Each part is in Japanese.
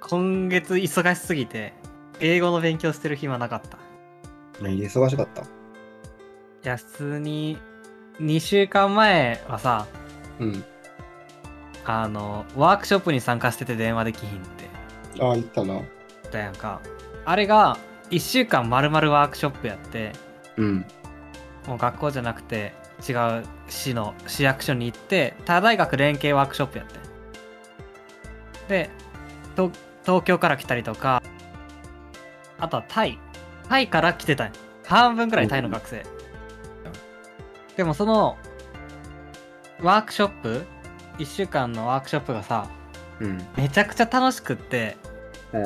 今月忙しすぎて、英語の勉強してる暇なかった。 忙しかった。 いや、普通に、2週間前はさ、 うん。 ワークショップに参加してて電話できひんってああ、言ったな。 言ったやんか。あれが、1週間丸々ワークショップやって、 うん。 もう学校じゃなくて、違う市役所に行って、他大学連携ワークショップやって。で、東京から来たりとか、あとはタイから来てたんや。半分くらいタイの学生。でもその、ワークショップ ?1 週間のワークショップがさ、 うん。 めちゃくちゃ楽しくって、 うん。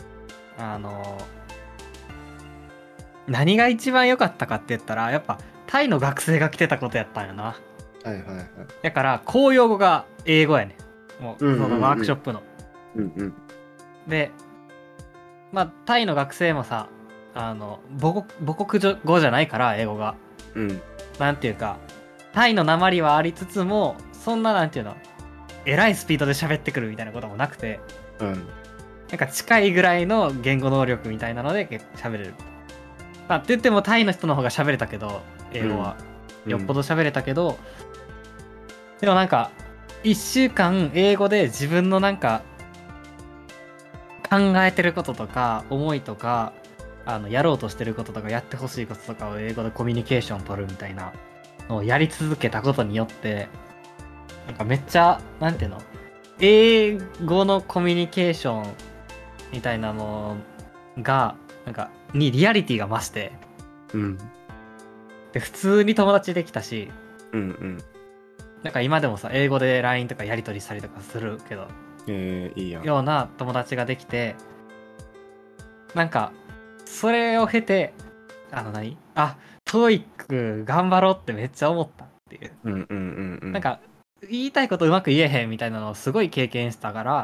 何が一番良かったかって言ったら、やっぱタイの学生が来てたことやったんやな。 はいはいはい。 だから公用語が英語やねん。もう、そのワークショップの。 うんうん。 で、まあ、タイの学生もさ、母国語じゃないから、英語が。 うん。 なんていうか、タイの訛りはありつつも、そんななんていうの、えらいスピードで喋ってくるみたいなこともなくて、 うん。 なんか近いぐらいの言語能力みたいなので喋れる。まあ、って言ってもタイの人の方が喋れたけど、英語は。よっぽど喋れたけど、でもなんか、1週間英語で自分のなんか、考えてることとか、思いとか、やろうとしてることとか、やってほしいこととかを英語でコミュニケーション取るみたいなのをやり続けたことによって、なんかめっちゃ、なんていうの、英語のコミュニケーションみたいなのが、なんか、にリアリティが増して、 うん。 で、普通に友達できたし、 うんうん。 なんか今でもさ、英語で LINE とかやり取りしたりとかするけど、 いいやん。 ような友達ができて、なんか、それを経て、トイック頑張ろうってめっちゃ思ったっていう。 うんうんうんうん。 なんか、言いたいことうまく言えへんみたいなのをすごい経験したから、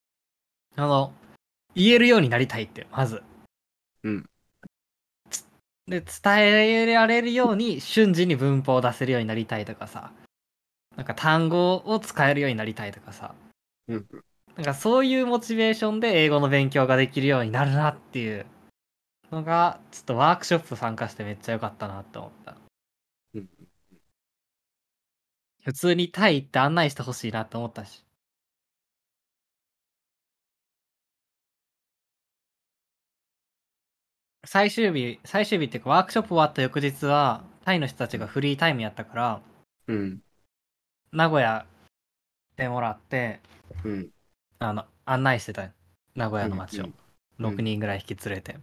言えるようになりたいって、まず。 うん。 で、伝えられるように瞬時に文法を出せるようになりたいとかさ、なんか単語を使えるようになりたいとかさ、 うん。 なんかそういうモチベーションで英語の勉強ができるようになるなっていうのが、ちょっとワークショップ参加してめっちゃ良かったなって思った。 うん。 普通にタイ行って案内してほしいなって思ったし。最終日っていうかワークショップ終わった翌日は、タイの人たちがフリータイムやったから、 うん。 名古屋でもらって、 うん。 案内してたよ。名古屋うん。 の街を。6 うん。 人ぐらい引き連れて。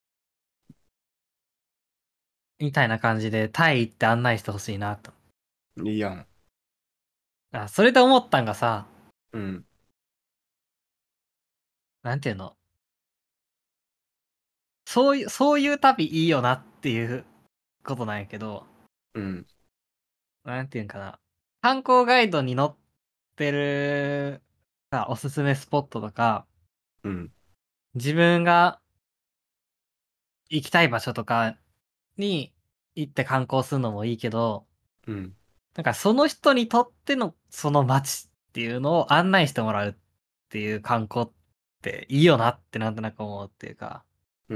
みたいな感じで、タイ行って案内してほしいなと。 いいやん。 それで思ったんがさ、 うん。 なんていうの、そういう旅いいよなっていうことなんやけど、 うん。 なんていうんかな。観光ガイドに載ってるさ、おすすめスポットとか、 うん。 自分が行きたい場所とかに行って観光するのもいいけど、 うん。 なんかその人にとってのその街っていうのを案内してもらうっていう観光っていいよなってなんとなく思うっていうか、 うん。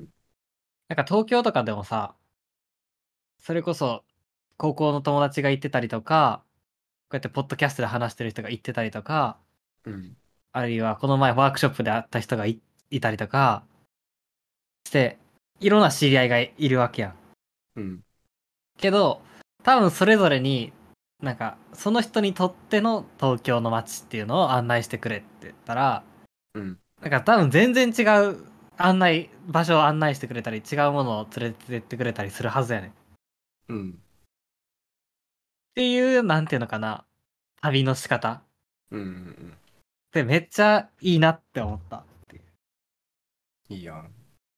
なんか東京とかでもさ、それこそ高校の友達が行ってたりとか、こうやってポッドキャストで話してる人が行ってたりとか、 うん。 あるいはこの前ワークショップで会った人がいたりとかして、いろんな知り合いがいるわけやん。 うん。 けど、多分それぞれに、なんか、その人にとっての東京の街っていうのを案内してくれって言ったら、 うん。 なんか多分全然違う場所を案内してくれたり、違うものを連れてってくれたりするはずやねん。っうん。 ていう、なんていうのかな、旅の仕方うん。 でめっちゃいいなって思ったっていう。 いいやん。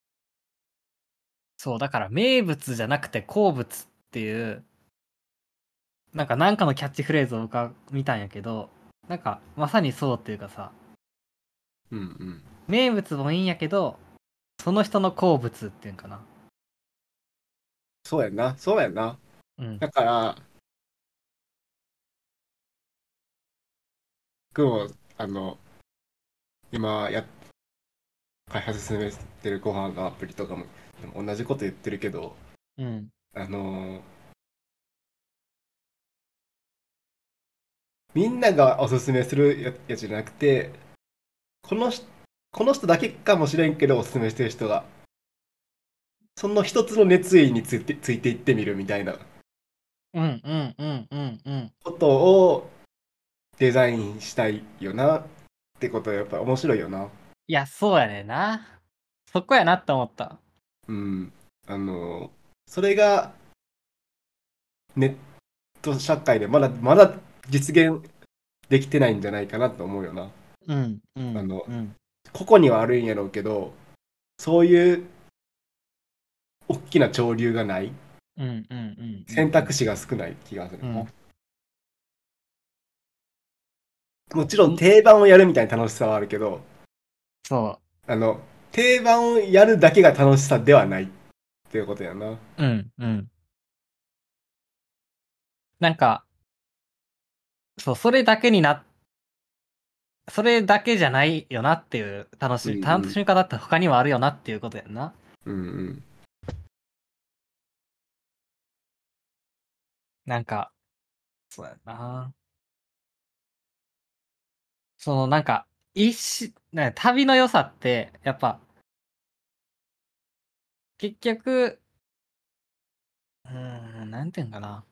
そう、だから名物じゃなくて好物っていう、なんかのキャッチフレーズを僕は見たんやけど、なんかまさにそうっていうかさ、 うんうん。 名物もいいんやけど、その人の好物っていうんかな。 そうやんな。そうやんな。 うん。 だから、僕も、 今開発進めてるご飯のアプリとかも、でも同じこと言ってるけど、 うん。 あのーみんながおすすめするやつじゃなくて、この人、この人だけかもしれんけどおすすめしてる人が、その一つの熱意についていってみるみたいなうんうんうんうんうん。 ことをデザインしたいよなってことはやっぱ面白いよな。 いや、そうやねんな。そこやなって思った。 うん。それがネット社会でまだ実現できてないんじゃないかなと思うよな。 うんうんあの、 うん。 個々にはあるんやろうけど、そういう大きな潮流がない、 うんうんうんうん選択肢が少ない気がするな。 うん。 もちろんん定番をやるみたいな楽しさはあるけど、 そあの、定番をやるだけが楽しさではないっていうことやな。 う。うんうん。なんか、そう、それだけじゃないよなっていううん楽しみ方って他にもあるよなっていうことやんな。 うんうんなんか、そうやな。そのなんか、旅の良さって、やっぱ、結局、なんていうんかな。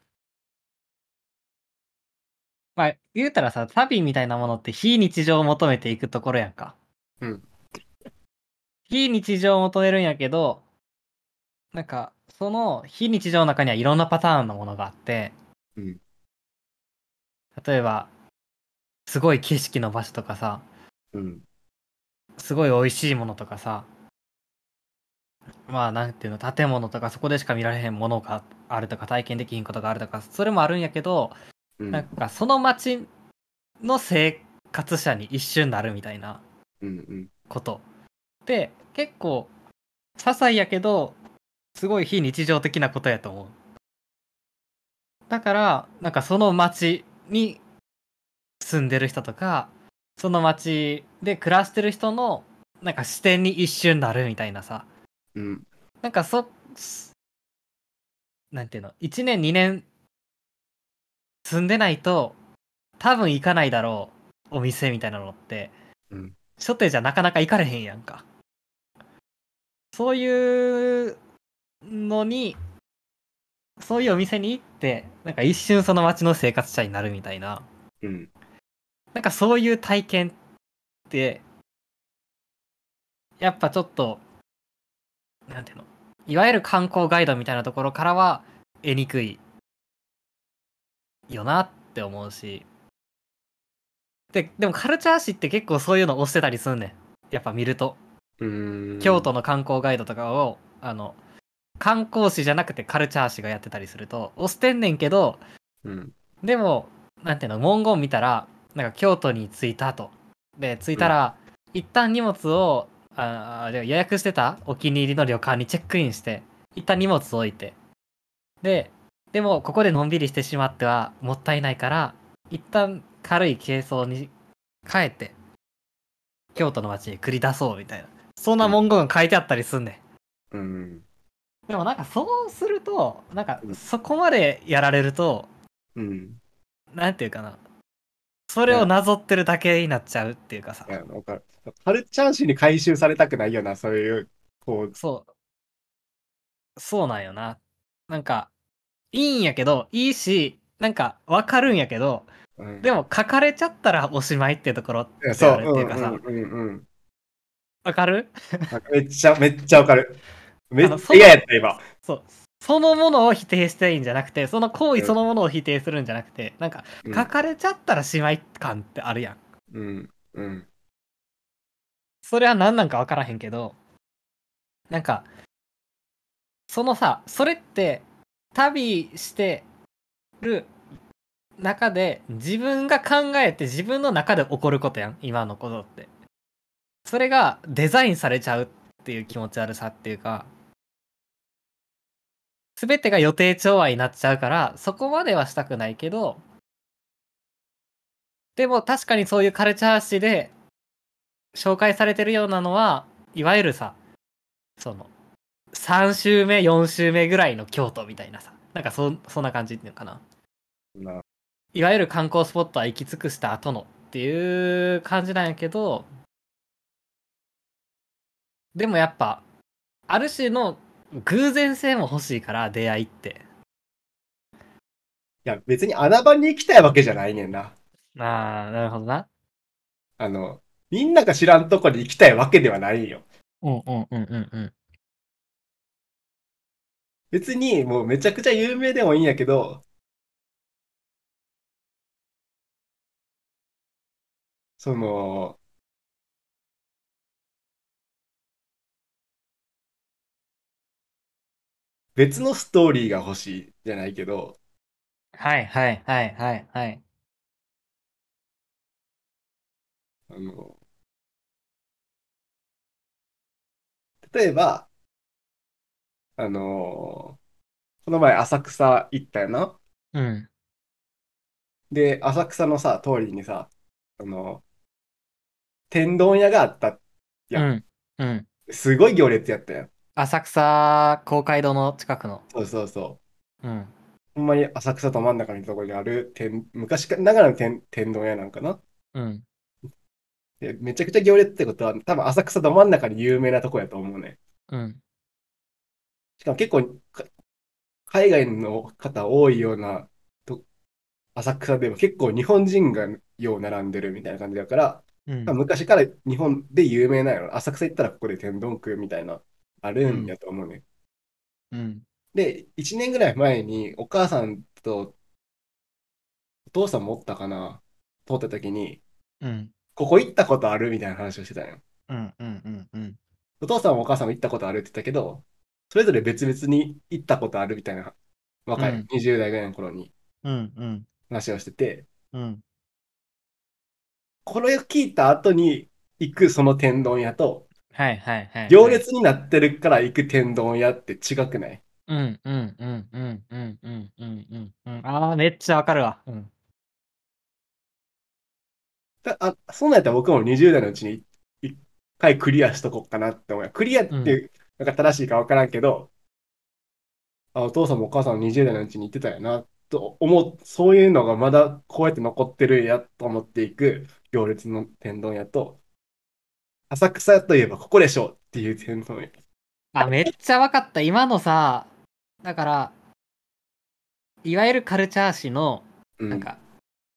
まあ、言うたらさ、旅みたいなものって非日常を求めていくところやんか。 うん。 非日常を求めるんやけど、なんか、その非日常の中にはいろんなパターンのものがあって、 うん。 例えば、すごい景色の場所とかさ、 うん。 すごい美味しいものとかさ、まあなんていうの、建物とかそこでしか見られへんものがあるとか体験できひんことがあるとか、それもあるんやけど、 うん。 なんかその街の生活者に一瞬なるみたいなうん。 ことで、結構、些細やけど、すごい非日常的なことやと思う。だから、なんかその街に住んでる人とか、その街で暮らしてる人の、なんか視点に一瞬なるみたいなさ。 うん。 なんかなんていうの、1年2年住んでないと、多分行かないだろう、お店みたいなのって、 うん。 初手じゃなかなか行かれへんやんか。そういうのに、そういうお店に行って、なんか一瞬その街の生活者になるみたいな、 うん。 なんかそういう体験って、やっぱちょっと、なんていうの、いわゆる観光ガイドみたいなところからは得にくいよなって思うし、でもカルチャー誌って結構そういうの押してたりすんねん。やっぱ見ると。 うん。 京都の観光ガイドとかを、観光誌じゃなくてカルチャー誌がやってたりすると、押してんねんけど、 うん。 でも、なんていうの、文言見たら、なんか京都に着いたと。で、着いたら、一旦荷物を、予約してたお気に入りの旅館にチェックインして、一旦荷物を置いて。で、でも、ここでのんびりしてしまってはもったいないから、一旦軽い軽装に変えて、京都の街に繰り出そうみたいな。そんな文言が書いてあったりすんねうん。 ん。でもなんかそうすると、なんかうん。 そこまでやられると、 うん。 なんていうかな。それをいや、 なぞってるだけになっちゃうっていうかさ。 わかる。カルチャー誌に回収されたくないよな、そういう、こう、 そうなんよな。なんか、いいんやけど、いいし、なんかわかるんやけど、 うん。 でも書かれちゃったらおしまいっていうところっいや、そう、 てあるっていうかさ、 うんうんうんうん。 わかる？ なんかめっちゃわかる。めっちゃその、 嫌やった、今。 そう、そのものを否定していいんじゃなくて、その行為うん。 そのものを否定するんじゃなくて、なんか、 うん。 書かれちゃったらしまい感ってあるやん。 うん。うん。 それは何なんかわからへんけど、なんか、そのさ、それって、旅してる中で、自分が考えて自分の中で起こることやん、今のことって。それがデザインされちゃうっていう気持ち悪さっていうか、すべてが予定調和になっちゃうから、そこまではしたくないけど、でも確かにそういうカルチャー誌で紹介されてるようなのは、いわゆるさ、その、3週目、4週目ぐらいの京都みたいなさ、なんかそんな感じっていうのかな。 まあ、 いわゆる観光スポットは行き尽くした後のっていう感じなんやけど、でもやっぱ、ある種の偶然性も欲しいから、出会いって。 いや、別に穴場に行きたいわけじゃないねんな。 ああ、なるほどな。 あの、みんなが知らんとこに行きたいわけではないよ。 うんうんうんうんうん。 別にもうめちゃくちゃ有名でもいいんやけど、その、別のストーリーが欲しいじゃないけど、 はいはいはいはいはい。 あの、例えば、この前浅草行ったよな。 うん。 で、浅草のさ、通りにさ、あの、天丼屋があったやん。 うん。うん。 すごい行列やったやん。 浅草公会堂の近くの。 そうそうそう。 うん。 ほんまに浅草ど真ん中のところにある昔ながらの天丼屋なんかな。 うん。 で、めちゃくちゃ行列ってことは、多分浅草ど真ん中に有名なとこやと思うね。 うん。 しかも結構海外の方多いような浅草でも結構日本人がよう並んでるみたいな感じだから、 うん。 まあ昔から日本で有名なの。浅草行ったらここで天丼食うみたいな、あるんうん。 やと思うね。 うん。 で、1年ぐらい前にお母さんとお父さんもおったかな、通った時に、 うん。 ここ行ったことあるみたいな話をしてたよ。 うん。うん。うん。うん。 お父さんもお母さんも行ったことあるって言ったけど、それぞれ別々に行ったことあるみたいな、若いうん。 20代ぐらいの頃にうん。うん。 話をしてて、 うん。 これを聞いた後に行くその天丼屋と、 はいはいはいはい。 行列になってるから行く天丼屋って違くない？ うん。うん。うん。うん。うん。うん。うん。うん。うん。ああ、めっちゃわかるわ。うん。 そんなんやったら僕も20代のうちに一回クリアしとこうかなって思う。クリアっうん。 ていう、なんか正しいかわからんけど、お父さんもお母さんも20代のうちに言ってたよな、と思う、そういうのがまだこうやって残ってるやと思っていく行列の天丼屋と、浅草といえばここでしょっていう天丼屋。 あ、めっちゃわかった。今のさ、だから、いわゆるカルチャー誌の、 うん、 なんか、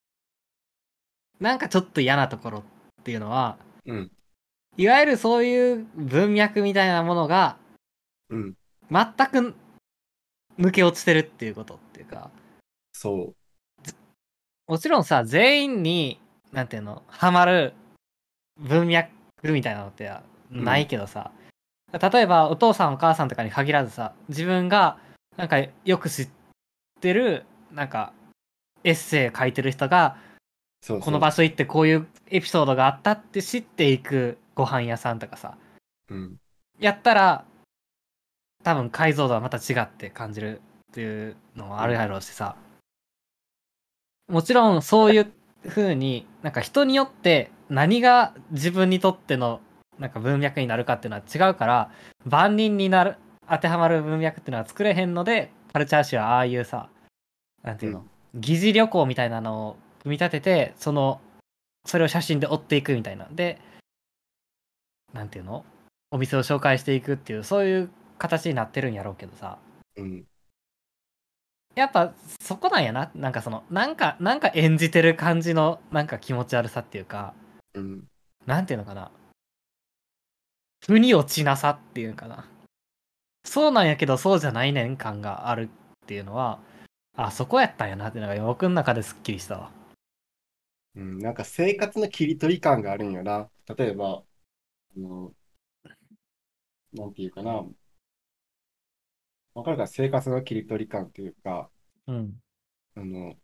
なんかちょっと嫌なところっていうのは、 うん、 いわゆるそういう文脈みたいなものが、 うん、 全く抜け落ちてるっていうことっていうか、 そもちろんさ、全員に、なんていうの、ハマる文脈みたいなのってう。うないん、 けどさ、例えばお父さんお母さんとかに限らずさ、自分がなんかよく知ってる、なんかエッセイ書いてる人が、このそうそう。 場所行ってこういうエピソードがあったって知っていくご飯屋さんとかさ、 うん、 やったら多分解像度はまた違って感じるっていうのもあるやうん、 ろうしさ、もちろんそういう風になんか人によって何が自分にとってのなんか文脈になるかっていうのは違うから、万人になる当てはまる文脈っていうのは作れへんので、カルチャー誌はああいうさ、なんていうの、 うん。 疑似旅行みたいなのを組み立てて、それを写真で追っていくみたいなで、なんていうの、お店を紹介していくっていう、そういう形になってるんやろうけどさ、 うん。 やっぱそこなんやな。なんかなんか演じてる感じのなんか気持ち悪さっていうか、 うん。 なんていうのかな、腑に落ちなさっていうかな、そうなんやけどそうじゃないねん感があるっていうのは、あそこやったんやなっていうのが僕の中ですっきりしたわ。 うん、なんか生活の切り取り感があるんよな。例えば、の、なんていうかな。わかるか、生活の切り取り感というか、 うん。 あの、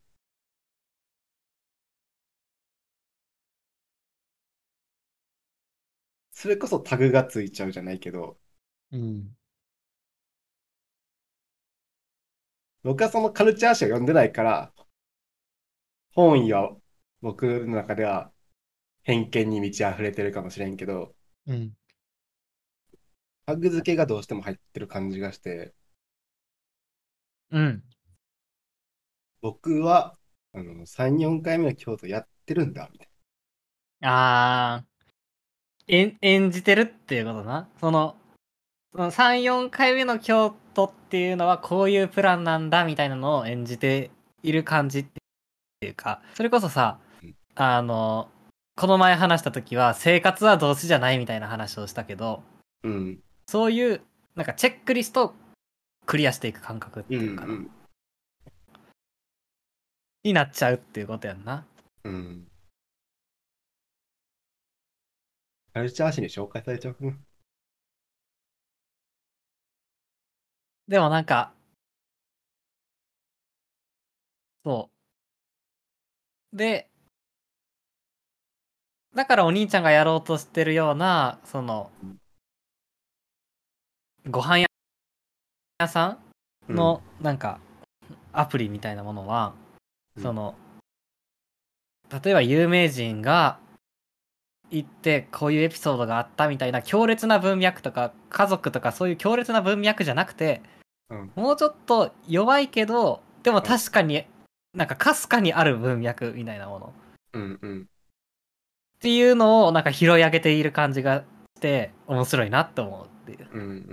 それこそタグがついちゃうじゃないけど、 うん。 僕はそのカルチャー誌を読んでないから、本意は僕の中では偏見に満ち溢れてるかもしれんけど、 うん。 タグ付けがどうしても入ってる感じがして、 うん。 僕は、3、4回目の京都やってるんだ、みたいあ演じてるっていうことな。その3、4回目の京都っていうのはこういうプランなんだみたいなのを演じている感じっていうか、それこそさ、 うん。 あの、この前話した時は生活は動詞じゃないみたいな話をしたけど、 うん。 そういうなんかチェックリストをクリアしていく感覚っうん。うていうかな。 ん。 になっちゃうっていうことやんな。 うん。カルチャー誌に紹介されちゃう。うん。 でもなんか、そう。で、だからお兄ちゃんがやろうとしてるような、ご飯屋さんうん。 のなんかアプリみたいなものは、 うん。 その、例えば有名人が行ってこういうエピソードがあったみたいな強烈な文脈とか家族とかそういう強烈な文脈じゃなくて、 うん。 もうちょっと弱いけど、でもうん。 確かになんかかすかにある文脈みたいなものうん。うん。 っていうのをなんか拾い上げている感じがして面白いなって思うっていう。 うん。うん。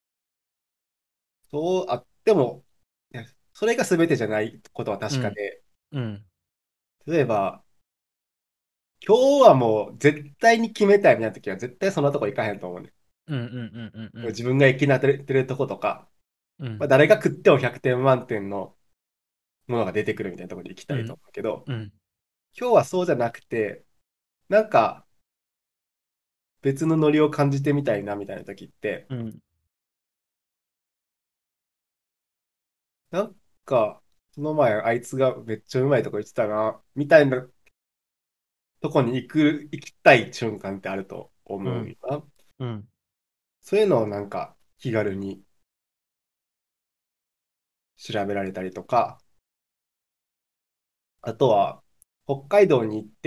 そうあっても、いやそれが全てじゃないことはうん。 確かで、 うん。 例えば、今日はもう絶対に決めたいみたいな時は絶対そんなとこ行かへんと思うね。 うんうんうんうんうん。 自分が生きなってるとことか、まあ、 うん。 誰が食っても100点満点のものが出てくるみたいなところに行きたいとうん。 思うけど、 うん。 今日はそうじゃなくて、なんか別のノリを感じてみたいなみたいな時って、 うん。 なんか、その前あいつがめっちゃうまいとこ言ってたな、みたいなとこに行きたい瞬間ってあるとうん。 思うよな。 うん。 そういうのをなんか気軽に調べられたりとか、あとは北海道に行って、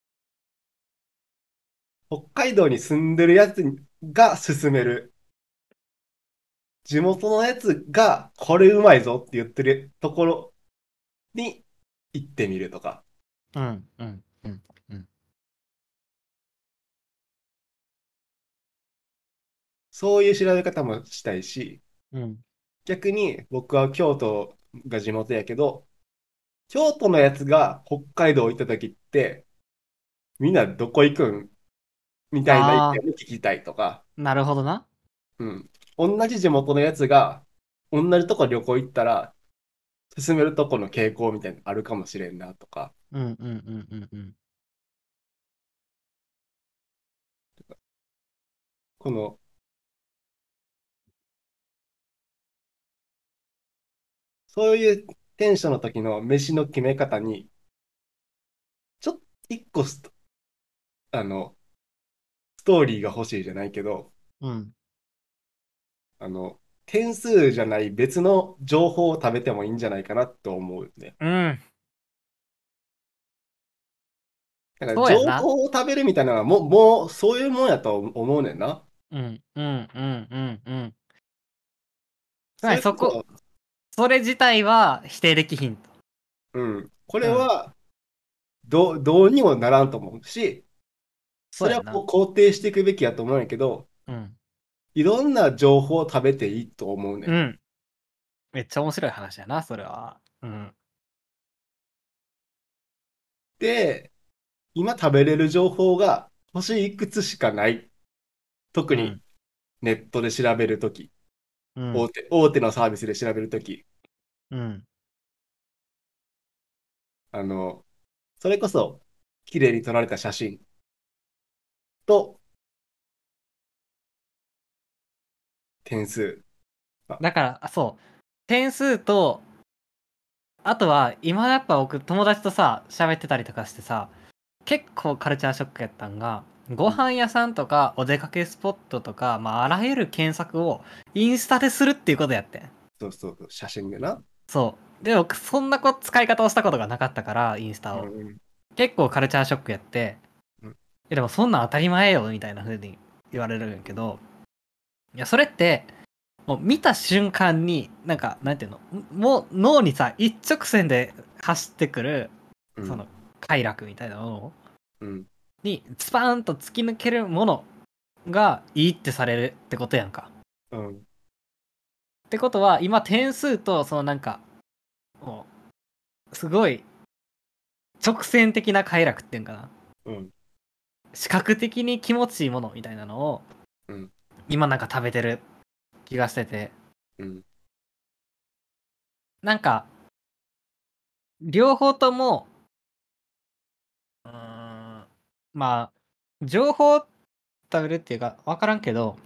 北海道に住んでるやつが勧める、地元のやつがこれうまいぞって言ってるところに行ってみるとか、 うん。うん。うん。うん。 そういう調べ方もしたいし、 うん。 逆に僕は京都が地元やけど、京都のやつが北海道行った時って、みんなどこ行くんみたいな意あ見も聞きたいとか、 あ、なるほどな。 うん。同じ地元のやつが、同じとこ旅行行ったら、進めるとこの傾向みたいなのあるかもしれんなとか、 うんうんうんうんうん。 この、そういうテンションの時の飯の決め方に、ちょっと一個あの、ストーリーが欲しいじゃないけど、 うん。 点数じゃない別の情報を食べてもいいんじゃないかなと思うね。 うん。 だから情そうやな。 報を食べるみたいなのはもうそういうもんやと思うねんな。 うんうんうんうんうん。つまそりれこそ、 それ自体は否定できひんと。 うん、これうん。 はどうにもならんと思うし、それはもうそうやな。 肯定していくべきやと思うんやけど、 うん。 いろんな情報を食べていいと思うねん。 うん。めっちゃ面白い話やな、それは。うん。 で、今食べれる情報が星いくつしかない。特にうん。 ネットで調べるとき、 うん。 大手のサービスで調べるとき、 うん。 あの、それこそ、綺麗に撮られた写真と点数。あ、 だから、そう。点数と、あとは、今やっぱ僕、友達とさ、喋ってたりとかしてさ、結構カルチャーショックやったんが、ごうん、 飯屋さんとか、お出かけスポットとか、まあ、あらゆる検索をインスタでするっていうことやってん。 そうそうそう、写真でな。 そう。でも、そんな使い方をしたことがなかったから、インスタを。 うん、 結構カルチャーショックやって。 でもそんなん当たり前よみたいな風に言われるんやけど、いやそれってもう見た瞬間になんかなんていうの、もう脳にさ一直線で走ってくるうんその快楽みたいなものうんにスパーンと突き抜けるものがいいってされるってことやんか。 うんってことは今点数とそのなんかもうすごい直線的な快楽っていうんかな、 うん視覚的に気持ちいいものみたいなのをうん今なんか食べてる気がしてて、 うんなんか両方ともまあ情報を食べるっていうか分からんけど、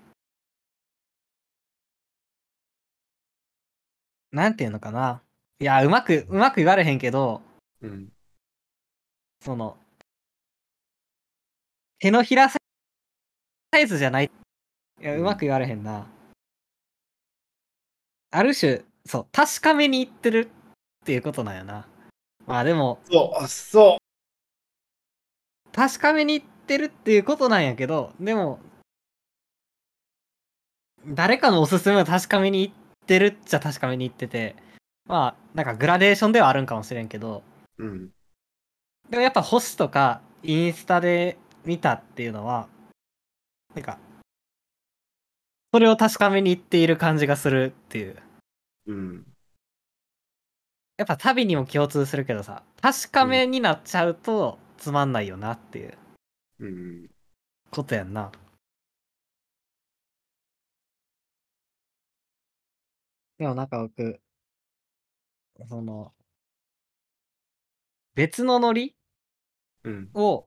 なんていうのかな、いやうまく言われへんけど、 うんその手のひらサイズじゃない、いやうまく言われへんな、ある種そう確かめにいってるっていうことなんやな。まあでもそ確かめにいってるっていうことなんやけど、でも誰かのおすすめを確かめにいってるっちゃ確かめにいってて、まあなんかグラデーションではあるんかもしれんけど、 う。うんでもやっぱ星とかインスタで見たっていうのはなんかそれを確かめにいっている感じがするっていう。 うんやっぱ旅にも共通するけどさ、確かめになっちゃうとつまんないよなっていううんことやんな。でもなんか僕その別のノリうんを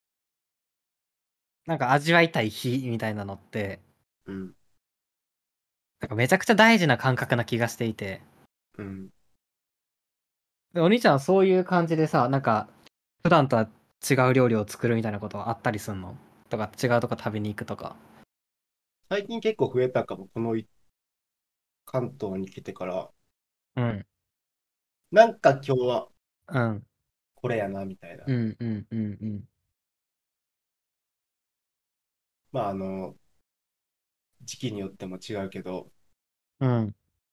なんか味わいたい日みたいなのってうんなんかめちゃくちゃ大事な感覚な気がしていて、 うんでお兄ちゃんはそういう感じでさ、なんか普段とは違う料理を作るみたいなことはあったりすんのとか、違うとこ食べに行くとか。 最近結構増えたかも、この関東に来てから。 うんなんか今日はうんこれやな、みたいな。 うんうんうんうんまあ、時期によっても違うけど、 うん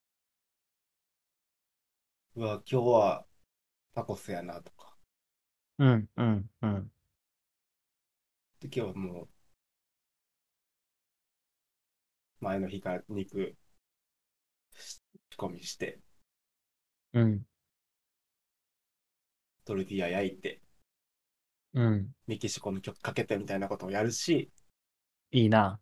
うわ、今日はタコスやな、とか。 うんうんうんで、今日はもう、前の日から肉仕込みして、 うんトルティーヤ焼いて、 うんメキシコの曲かけてみたいなことをやるし、 いいな。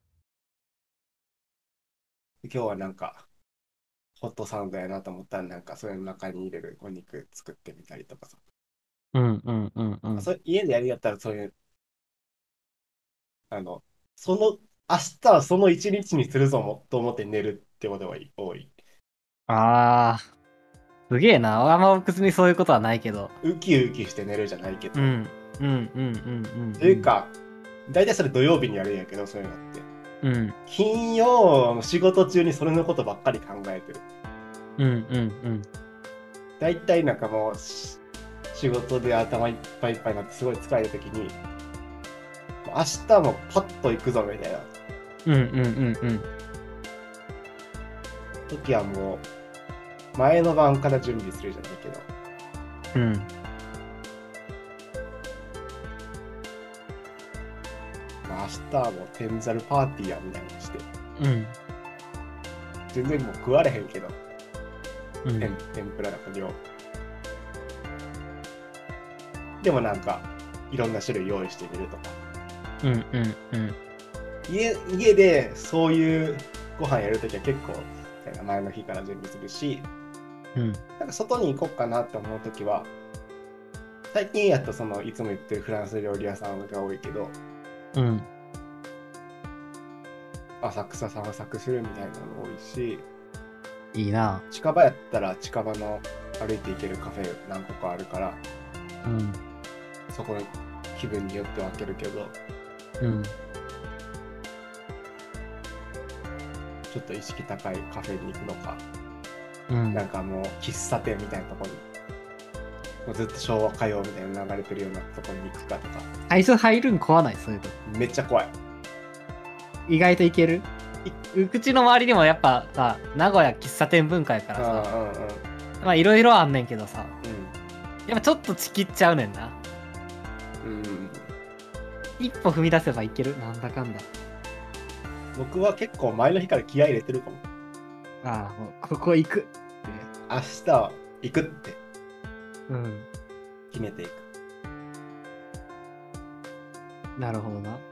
で今日はなんか、ホットサンドやなと思ったら、なんか、それの中に入れるお肉作ってみたりとかさ。 うんうんうんうん家でやるやったら、そういう、あの、その、明日はその一日にするぞもと思って寝るってことが多い。 あー、すげえな。あんま別にそういうことはないけど。 ウキウキして寝るじゃないけど。 うんうんうんうんというか、大体それ土曜日にやるんやけど、そういうのって。 うん金曜の仕事中にそれのことばっかり考えてる。 うんうん大体なんかもう仕事で頭いっぱいいっぱいになってすごい疲れた時に、明日もパッと行くぞみたいなうんうんうんうん時はもう前の晩から準備するじゃないけど、 うんまあ、明日はもう天ざるパーティーやみたいにして、 うん全然もう食われへんけど、 うん天ぷらだと量。でもなんかいろんな種類用意してみるとか。 うんうんうん家でそういうご飯やるときは結構前の日から準備するし、 うんなんか外に行こうかなって思うときは、最近やっといつも言ってるフランス料理屋さんが多いけど、 うん浅草散策するみたいなのも多いし、 いいな。 近場やったら近場の歩いて行けるカフェ何個かあるから、 うんそこの気分によって分けるけど、 うんちょっと意識高いカフェに行くのか、 うんなんかもう喫茶店みたいなところにもうずっと昭和歌謡みたいなの流れてるようなところに行くかとか。 最初入るん怖ないそういうの。 めっちゃ怖い。 意外といける。うちの周りにもやっぱさ、名古屋喫茶店文化やからさ、まあいろいろあんねんけどさ、やっぱちょっとチキっちゃうねんな。一歩踏み出せばいける、なんだかんだ。 僕は結構前の日から気合い入れてるかも。 ああ、もうここ行くって。 明日は行くってうん。 決めていく。 なるほどな。